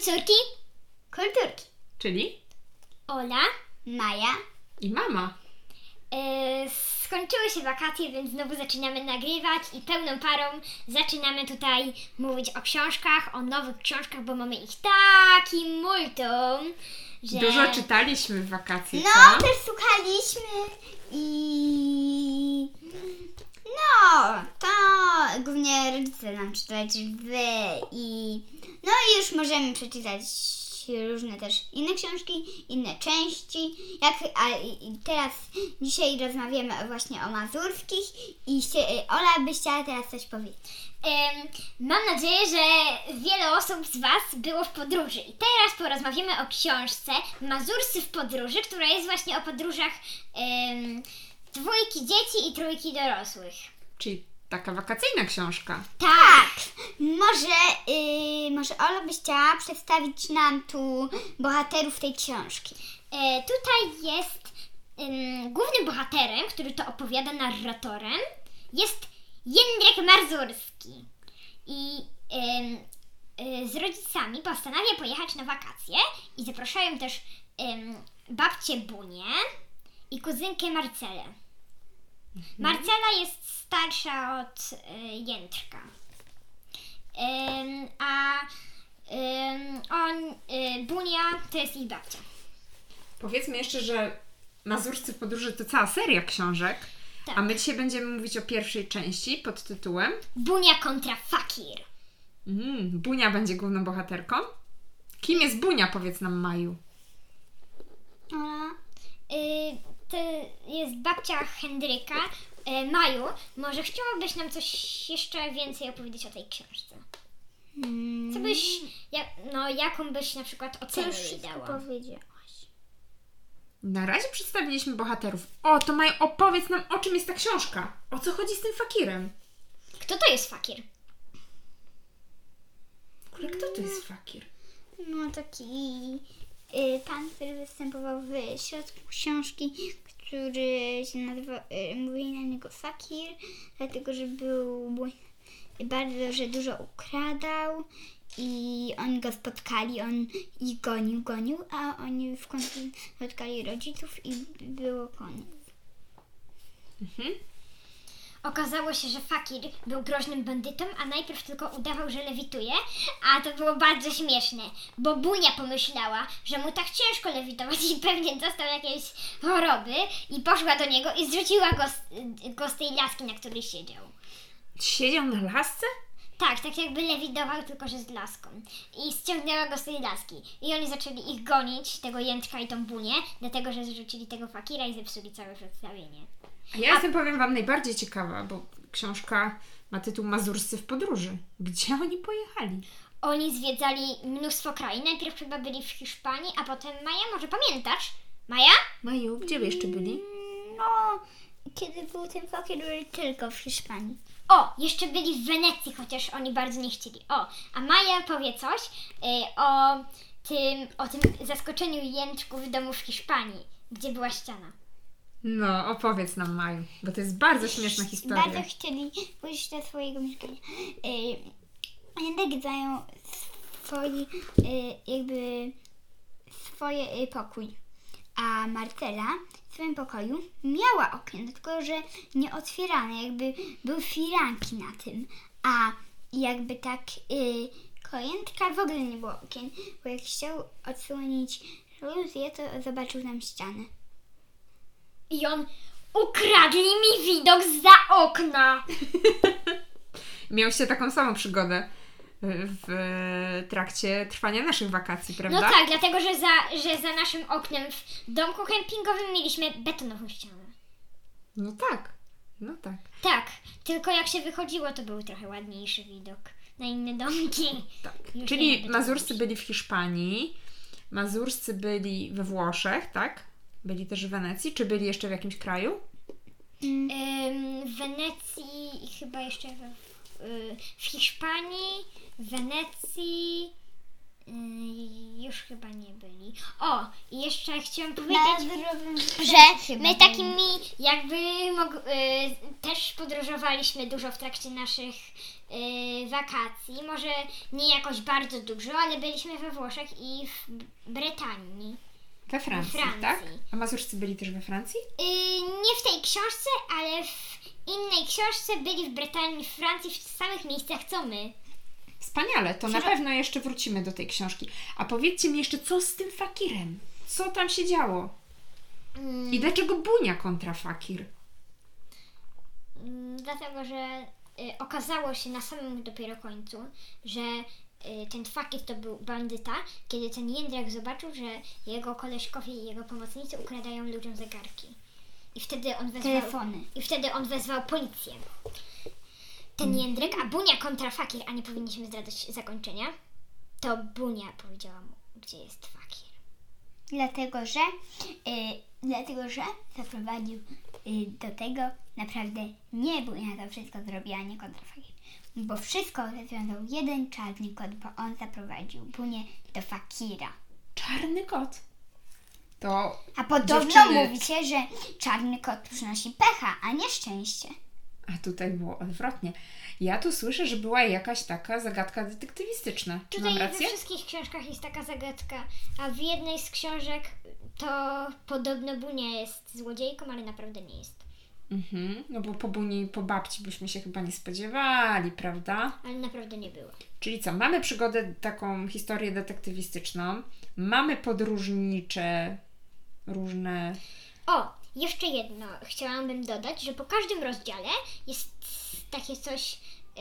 córki kulturki. Czyli? Ola, Maja. I mama. Skończyły się wakacje, więc znowu zaczynamy nagrywać i pełną parą zaczynamy tutaj mówić o książkach, o nowych książkach, bo mamy ich taki multum, że... Dużo czytaliśmy w wakacje, No, co? też słuchaliśmy i... No, to głównie rodzice nam czytali, czy wy i... No i już możemy przeczytać różne też inne książki, inne części. I teraz dzisiaj rozmawiamy właśnie o mazurskich i Ola by chciała teraz coś powiedzieć. Mam nadzieję, że wiele osób z Was było w podróży i teraz porozmawiamy o książce Mazurscy w podróży, która jest właśnie o podróżach dwójki dzieci i trójki dorosłych. Czyli taka wakacyjna książka. Tak! Może Ola byś chciała przedstawić nam tu bohaterów tej książki. Tutaj jest głównym bohaterem, który to opowiada, narratorem, jest Jędrek Mazurski. I z rodzicami postanawia pojechać na wakacje i zapraszają też babcię Bunię i kuzynkę Marcelę. Marcela jest starsza od Jędrka. Bunia to jest ich babcia. Powiedzmy jeszcze, że Mazurscy w podróży to cała seria książek, Tak. a my dzisiaj będziemy mówić o pierwszej części pod tytułem Bunia kontra Fakir. Bunia będzie główną bohaterką. Kim jest Bunia, powiedz nam, Maju? To jest babcia Henryka. Maju, może chciałabyś nam coś jeszcze więcej opowiedzieć o tej książce? Co byś, jaką byś na przykład ocenę jej dała? powiedziałaś. Na razie przedstawiliśmy bohaterów. O, to Maju, opowiedz nam, o czym jest ta książka. O co chodzi z tym fakirem? Kto to jest Fakir? W ogóle kto to jest fakir? No taki pan, który występował w środku książki, który się nazywa, mówili na niego Fakir, dlatego że był bardzo, że dużo ukradał i oni go spotkali, on ich gonił, a oni w końcu spotkali rodziców i było koniec. Okazało się, że Fakir był groźnym bandytą, a najpierw tylko udawał, że lewituje, a to było bardzo śmieszne, bo Bunia pomyślała, że mu tak ciężko lewitować i pewnie dostał jakieś choroby i poszła do niego i zrzuciła go z tej laski, na której siedział. Siedział na lasce? Tak jakby lewitował, tylko że z laską. I ściągnęła go z tej laski. I oni zaczęli ich gonić, tego Jędrka i tą Bunię, dlatego że zrzucili tego Fakira i zepsuli całe przedstawienie. A ja jestem, powiem wam, najbardziej ciekawa, bo książka ma tytuł Mazurscy w podróży. Gdzie oni pojechali? Oni zwiedzali mnóstwo krain. Najpierw chyba byli w Hiszpanii, a potem Maja, może pamiętasz? Maja? Maju, gdzie wy jeszcze byli? No, kiedy był ten Fakir, byli tylko w Hiszpanii. O, jeszcze byli w Wenecji, chociaż oni bardzo nie chcieli. O, a Maja powie coś o tym zaskoczeniu Jędrku w domu w Hiszpanii, gdzie była ściana. No, opowiedz nam, Maju, bo to jest bardzo śmieszna historia. Bardzo chcieli pójść do swojego mieszkania. Jędrek zajął swoje pokój, a Marcela w swoim pokoju miała okno, tylko że nie otwierane, jakby były firanki na tym, a jakby tak Jędrka w ogóle nie było okien, bo jak chciał odsłonić żaluzję, to zobaczył tam ścianę. I on, ukradli mi widok zza okna. Miałyście taką samą przygodę w trakcie trwania naszych wakacji, prawda? No tak, dlatego że za naszym oknem w domku kempingowym mieliśmy betonową ścianę. No tak. Tak, tylko jak się wychodziło, to był trochę ładniejszy widok na inne domki. Tak. Już Czyli nie będę Mazurscy mówić. byli w Hiszpanii, Mazurscy byli we Włoszech, tak? Byli też w Wenecji, czy byli jeszcze w jakimś kraju? W Wenecji i chyba jeszcze w Hiszpanii, w Wenecji Już chyba nie byli. O, i jeszcze chciałam Na powiedzieć, zdrowym że my takimi jakby też podróżowaliśmy dużo w trakcie naszych wakacji. Może nie jakoś bardzo dużo, ale byliśmy we Włoszech i w Brytanii. We Francji, tak? A Mazurscy byli też we Francji? Nie w tej książce, ale w innej książce byli w Brytanii, w Francji, w samych miejscach co my. Wspaniale, to na pewno jeszcze wrócimy do tej książki. A powiedzcie mi jeszcze, co z tym fakirem? Co tam się działo? I dlaczego Bunia kontra fakir? Dlatego, że okazało się na samym dopiero końcu, że ten fakir to był bandyta, kiedy ten Jędrek zobaczył, że jego koleżkowie i jego pomocnicy ukradają ludziom zegarki. I wtedy on wezwał, telefony. I wtedy on wezwał policję. Ten Jędrek, a Bunia kontra fakir, a nie powinniśmy zdradzać zakończenia, to Bunia powiedziała mu, gdzie jest fakir. Dlatego, że zaprowadził do tego naprawdę nie Bunia to wszystko zrobiła, nie kontrafakir. Bo wszystko rozwiązał jeden czarny kot, bo on zaprowadził Bunię do fakira. Czarny kot. To A podobno dziewczyny... mówi się, że czarny kot przynosi pecha, a nie szczęście. A tutaj było odwrotnie. Ja tu słyszę, że była jakaś taka zagadka detektywistyczna. Czy mam Tutaj we rację? wszystkich książkach jest taka zagadka, a w jednej z książek to podobno Bunia jest złodziejką, ale naprawdę nie jest. No bo po Buni, po babci byśmy się chyba nie spodziewali, prawda? Ale naprawdę nie była. Czyli co, mamy przygodę, taką historię detektywistyczną, mamy podróżnicze różne... O, jeszcze jedno chciałabym dodać, że po każdym rozdziale jest takie coś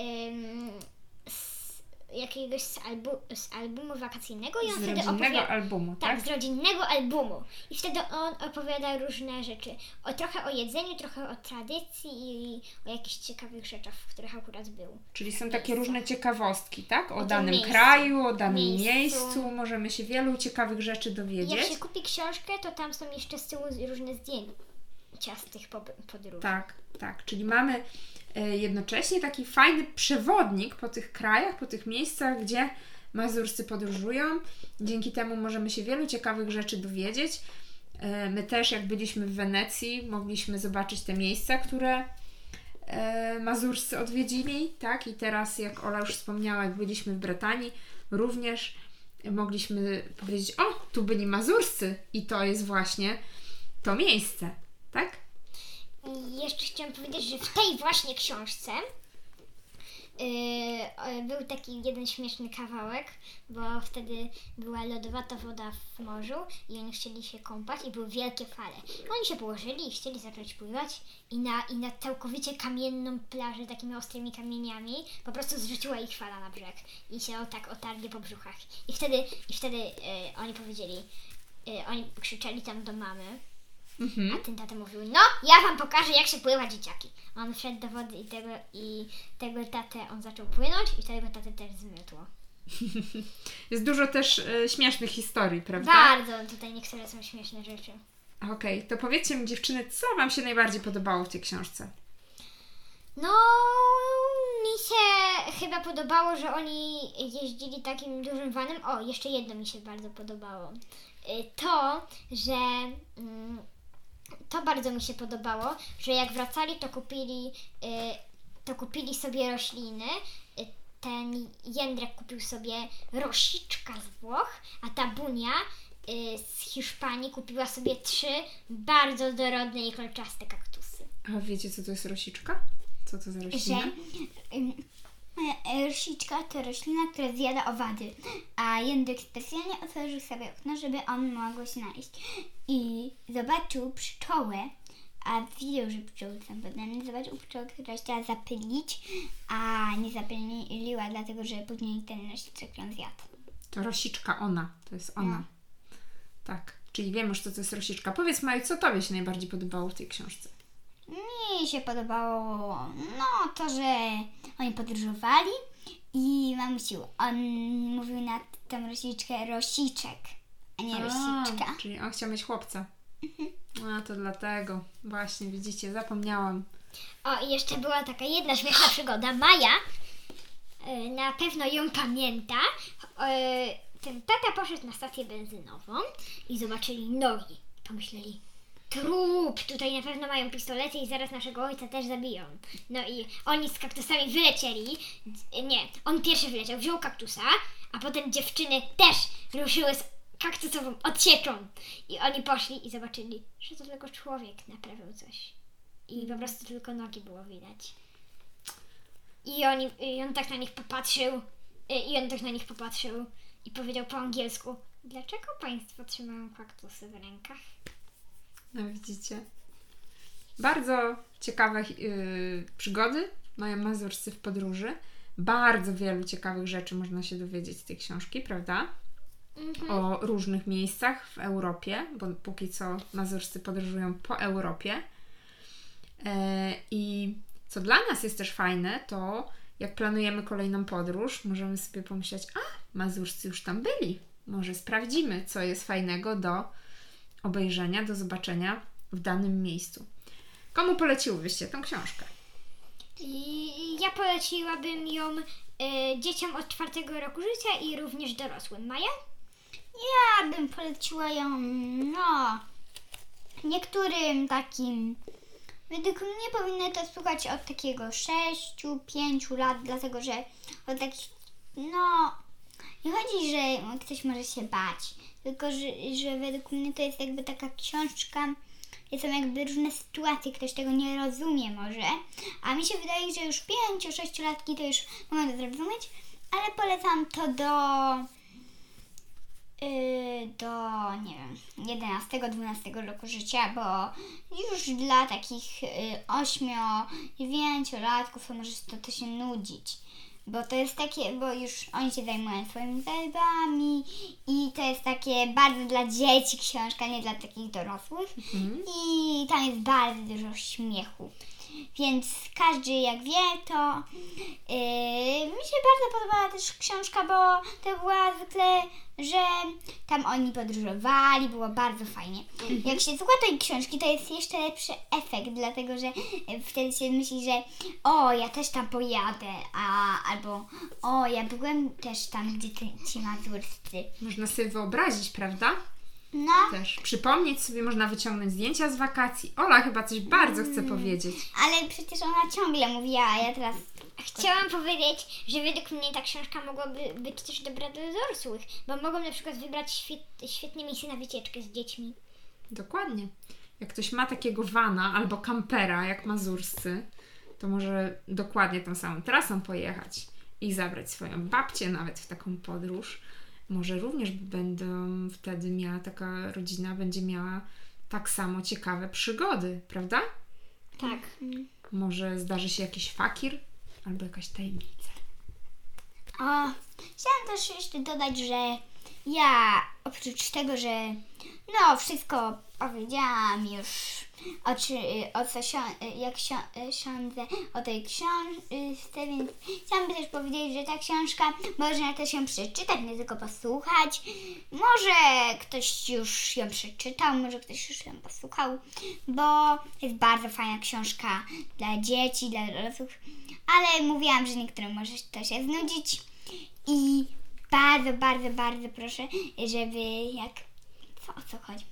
jakiegoś z albumu wakacyjnego i on Z wtedy rodzinnego albumu, tak? Tak, z rodzinnego albumu. I wtedy on opowiada różne rzeczy. Trochę o jedzeniu, trochę o tradycji i o jakichś ciekawych rzeczach, w których akurat był. Czyli są takie różne ciekawostki, tak? O tym danym miejscu. kraju, o danym Miejscu. miejscu. Możemy się wielu ciekawych rzeczy dowiedzieć. Jak się kupi książkę, to tam są jeszcze z tyłu różne zdjęcia z tych podróży. Tak, tak. Czyli mamy jednocześnie taki fajny przewodnik po tych krajach, po tych miejscach, gdzie Mazurscy podróżują. Dzięki temu możemy się wielu ciekawych rzeczy dowiedzieć. My też, jak byliśmy w Wenecji, mogliśmy zobaczyć te miejsca, które Mazurscy odwiedzili, tak? I teraz, jak Ola już wspomniała, jak byliśmy w Brytanii, również mogliśmy powiedzieć, o, tu byli Mazurscy i to jest właśnie to miejsce, tak? I jeszcze chciałam powiedzieć, że w tej właśnie książce był taki jeden śmieszny kawałek, bo wtedy była lodowata woda w morzu i oni chcieli się kąpać i były wielkie fale. Oni się położyli i chcieli zacząć pływać i na całkowicie kamienną plażę, takimi ostrymi kamieniami, po prostu zrzuciła ich fala na brzeg i się tak otarli po brzuchach. I wtedy oni powiedzieli, oni krzyczeli tam do mamy, a ten tata mówił, no, ja wam pokażę, jak się pływa, dzieciaki. On wszedł do wody i tego tatę on zaczął płynąć i tego tatę też zmiotło. Jest dużo też śmiesznych historii, prawda? Bardzo, tutaj niektóre są śmieszne rzeczy. Okej, to powiedzcie mi, dziewczyny, co wam się najbardziej podobało w tej książce? No, mi się chyba podobało, że oni jeździli takim dużym vanem. O, jeszcze jedno mi się bardzo podobało. To, że... To bardzo mi się podobało, że jak wracali, to kupili sobie rośliny. Ten Jędrek kupił sobie rosiczka z Włoch, a ta Bunia z Hiszpanii kupiła sobie 3 bardzo dorodne i kolczaste kaktusy. A wiecie, co to jest rosiczka? Co to za roślina? Rosiczka to roślina, która zjada owady, a Jędrek specjalnie otworzył sobie okno, żeby on mógł się znaleźć. I zobaczył pszczołę, a widział, że pszczoły są potem. Zobaczył pszczołę, która chciała zapylić, a nie zapyliła, dlatego że później ten rosiczek ją zjadł. To rosiczka, ona. To jest ona. No. Tak. Czyli wiemy już, co to jest rosiczka. Powiedz, Maju, co tobie się najbardziej podobało w tej książce? Mi się podobało, to, że oni podróżowali i mamusiu, on mówił na tę rosiczkę rosiczek, a nie rosiczka. Czyli on chciał mieć chłopca. A, to dlatego. Właśnie, widzicie, zapomniałam. O, i jeszcze była taka jedna śmieszna przygoda. Maja na pewno ją pamięta. ten tata poszedł na stację benzynową i zobaczyli nogi. Pomyśleli, trup, tutaj na pewno mają pistolety i zaraz naszego ojca też zabiją. No i oni z kaktusami wylecieli. Nie, on pierwszy wyleciał, wziął kaktusa, a potem dziewczyny też ruszyły z kaktusową odsieczą. I oni poszli i zobaczyli, że to tylko człowiek naprawił coś. I po prostu tylko nogi było widać. I on tak na nich popatrzył i powiedział po angielsku, dlaczego państwo trzymają kaktusy w rękach? No widzicie. Bardzo ciekawe przygody mają Mazurscy w podróży. Bardzo wielu ciekawych rzeczy można się dowiedzieć z tej książki, prawda? O różnych miejscach w Europie, bo póki co Mazurscy podróżują po Europie. I co dla nas jest też fajne, to jak planujemy kolejną podróż, możemy sobie pomyśleć, Mazurscy już tam byli. Może sprawdzimy, co jest fajnego do obejrzenia, do zobaczenia w danym miejscu. Komu poleciłybyście tę książkę? I ja poleciłabym ją dzieciom od 4 roku życia i również dorosłym. Maja? Ja bym poleciła ją, niektórym takim. Według mnie powinny to słuchać od takiego 6-5 lat, dlatego że od takich, nie chodzi, że ktoś może się bać, tylko że według mnie to jest jakby taka książka, są jakby różne sytuacje, ktoś tego nie rozumie może, a mi się wydaje, że już 5-6-latki to już mogą to zrozumieć, ale polecam to do, nie wiem, 11-12 roku życia, bo już dla takich 8-9-latków to może to się nudzić. Bo to jest takie, bo już oni się zajmują swoimi zajbami i to jest takie bardzo dla dzieci książka, nie dla takich dorosłych. I tam jest bardzo dużo śmiechu. Więc każdy jak wie, to mi się bardzo podobała też książka, bo to była zwykle, że tam oni podróżowali, było bardzo fajnie. Jak się słucha tej książki, to jest jeszcze lepszy efekt, dlatego że wtedy się myśli, że ja też tam pojadę, albo ja byłem też tam, gdzie ci Mazurscy. Można sobie wyobrazić, prawda? No. Też przypomnieć sobie, można wyciągnąć zdjęcia z wakacji. Ola chyba coś bardzo chce powiedzieć. Ale przecież ona ciągle mówiła, a ja teraz... Chciałam powiedzieć, że według mnie ta książka mogłaby być też dobra dla dorosłych, bo mogą na przykład wybrać świetne miejsce na wycieczkę z dziećmi. Dokładnie. Jak ktoś ma takiego vana albo kampera, jak Mazurscy, to może dokładnie tą samą trasą pojechać i zabrać swoją babcię nawet w taką podróż. Może również taka rodzina będzie miała tak samo ciekawe przygody, prawda? Tak. Może zdarzy się jakiś fakir albo jakaś tajemnica. Chciałam też jeszcze dodać, że ja oprócz tego, że wszystko powiedziałam już jak sądzę o tej książce, więc chciałam też powiedzieć, że ta książka można też ją przeczytać, nie tylko posłuchać. Może ktoś już ją przeczytał, może ktoś już ją posłuchał, bo jest bardzo fajna książka dla dzieci, dla dorosłych, ale mówiłam, że niektórym może to się znudzić i bardzo, bardzo, bardzo proszę, żeby o co chodzi?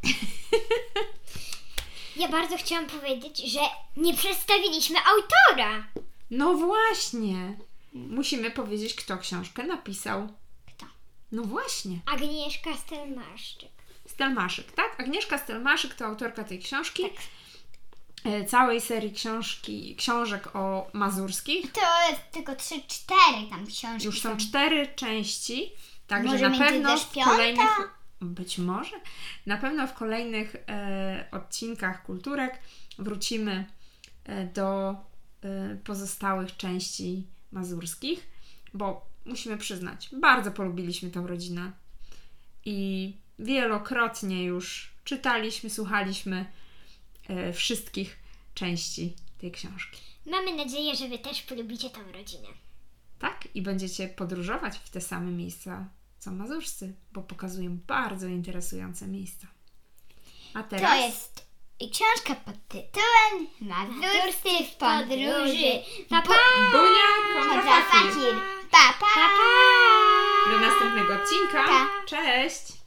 Ja bardzo chciałam powiedzieć, że nie przedstawiliśmy autora. No właśnie. Musimy powiedzieć, kto książkę napisał. Kto? No właśnie. Agnieszka Stelmaszczyk. Stelmaszyk, tak? Agnieszka Stelmaszyk to autorka tej książki. Tak. Całej serii książek o mazurskich. To jest tylko 3-4 tam książki. Już są 4 części. Także może na pewno w kolejnych... Być może. Na pewno w kolejnych odcinkach Kulturek wrócimy do pozostałych części mazurskich, bo musimy przyznać, bardzo polubiliśmy tę rodzinę i wielokrotnie już czytaliśmy, słuchaliśmy wszystkich części tej książki. Mamy nadzieję, że Wy też polubicie tę rodzinę. Tak, i będziecie podróżować w te same miejsca co Mazurscy, bo pokazują bardzo interesujące miejsca. A teraz... To jest książka pod tytułem Mazurscy w podróży. Pa, pa! Bunia kontra fakir. Pa, pa! Do następnego odcinka. Pa. Cześć!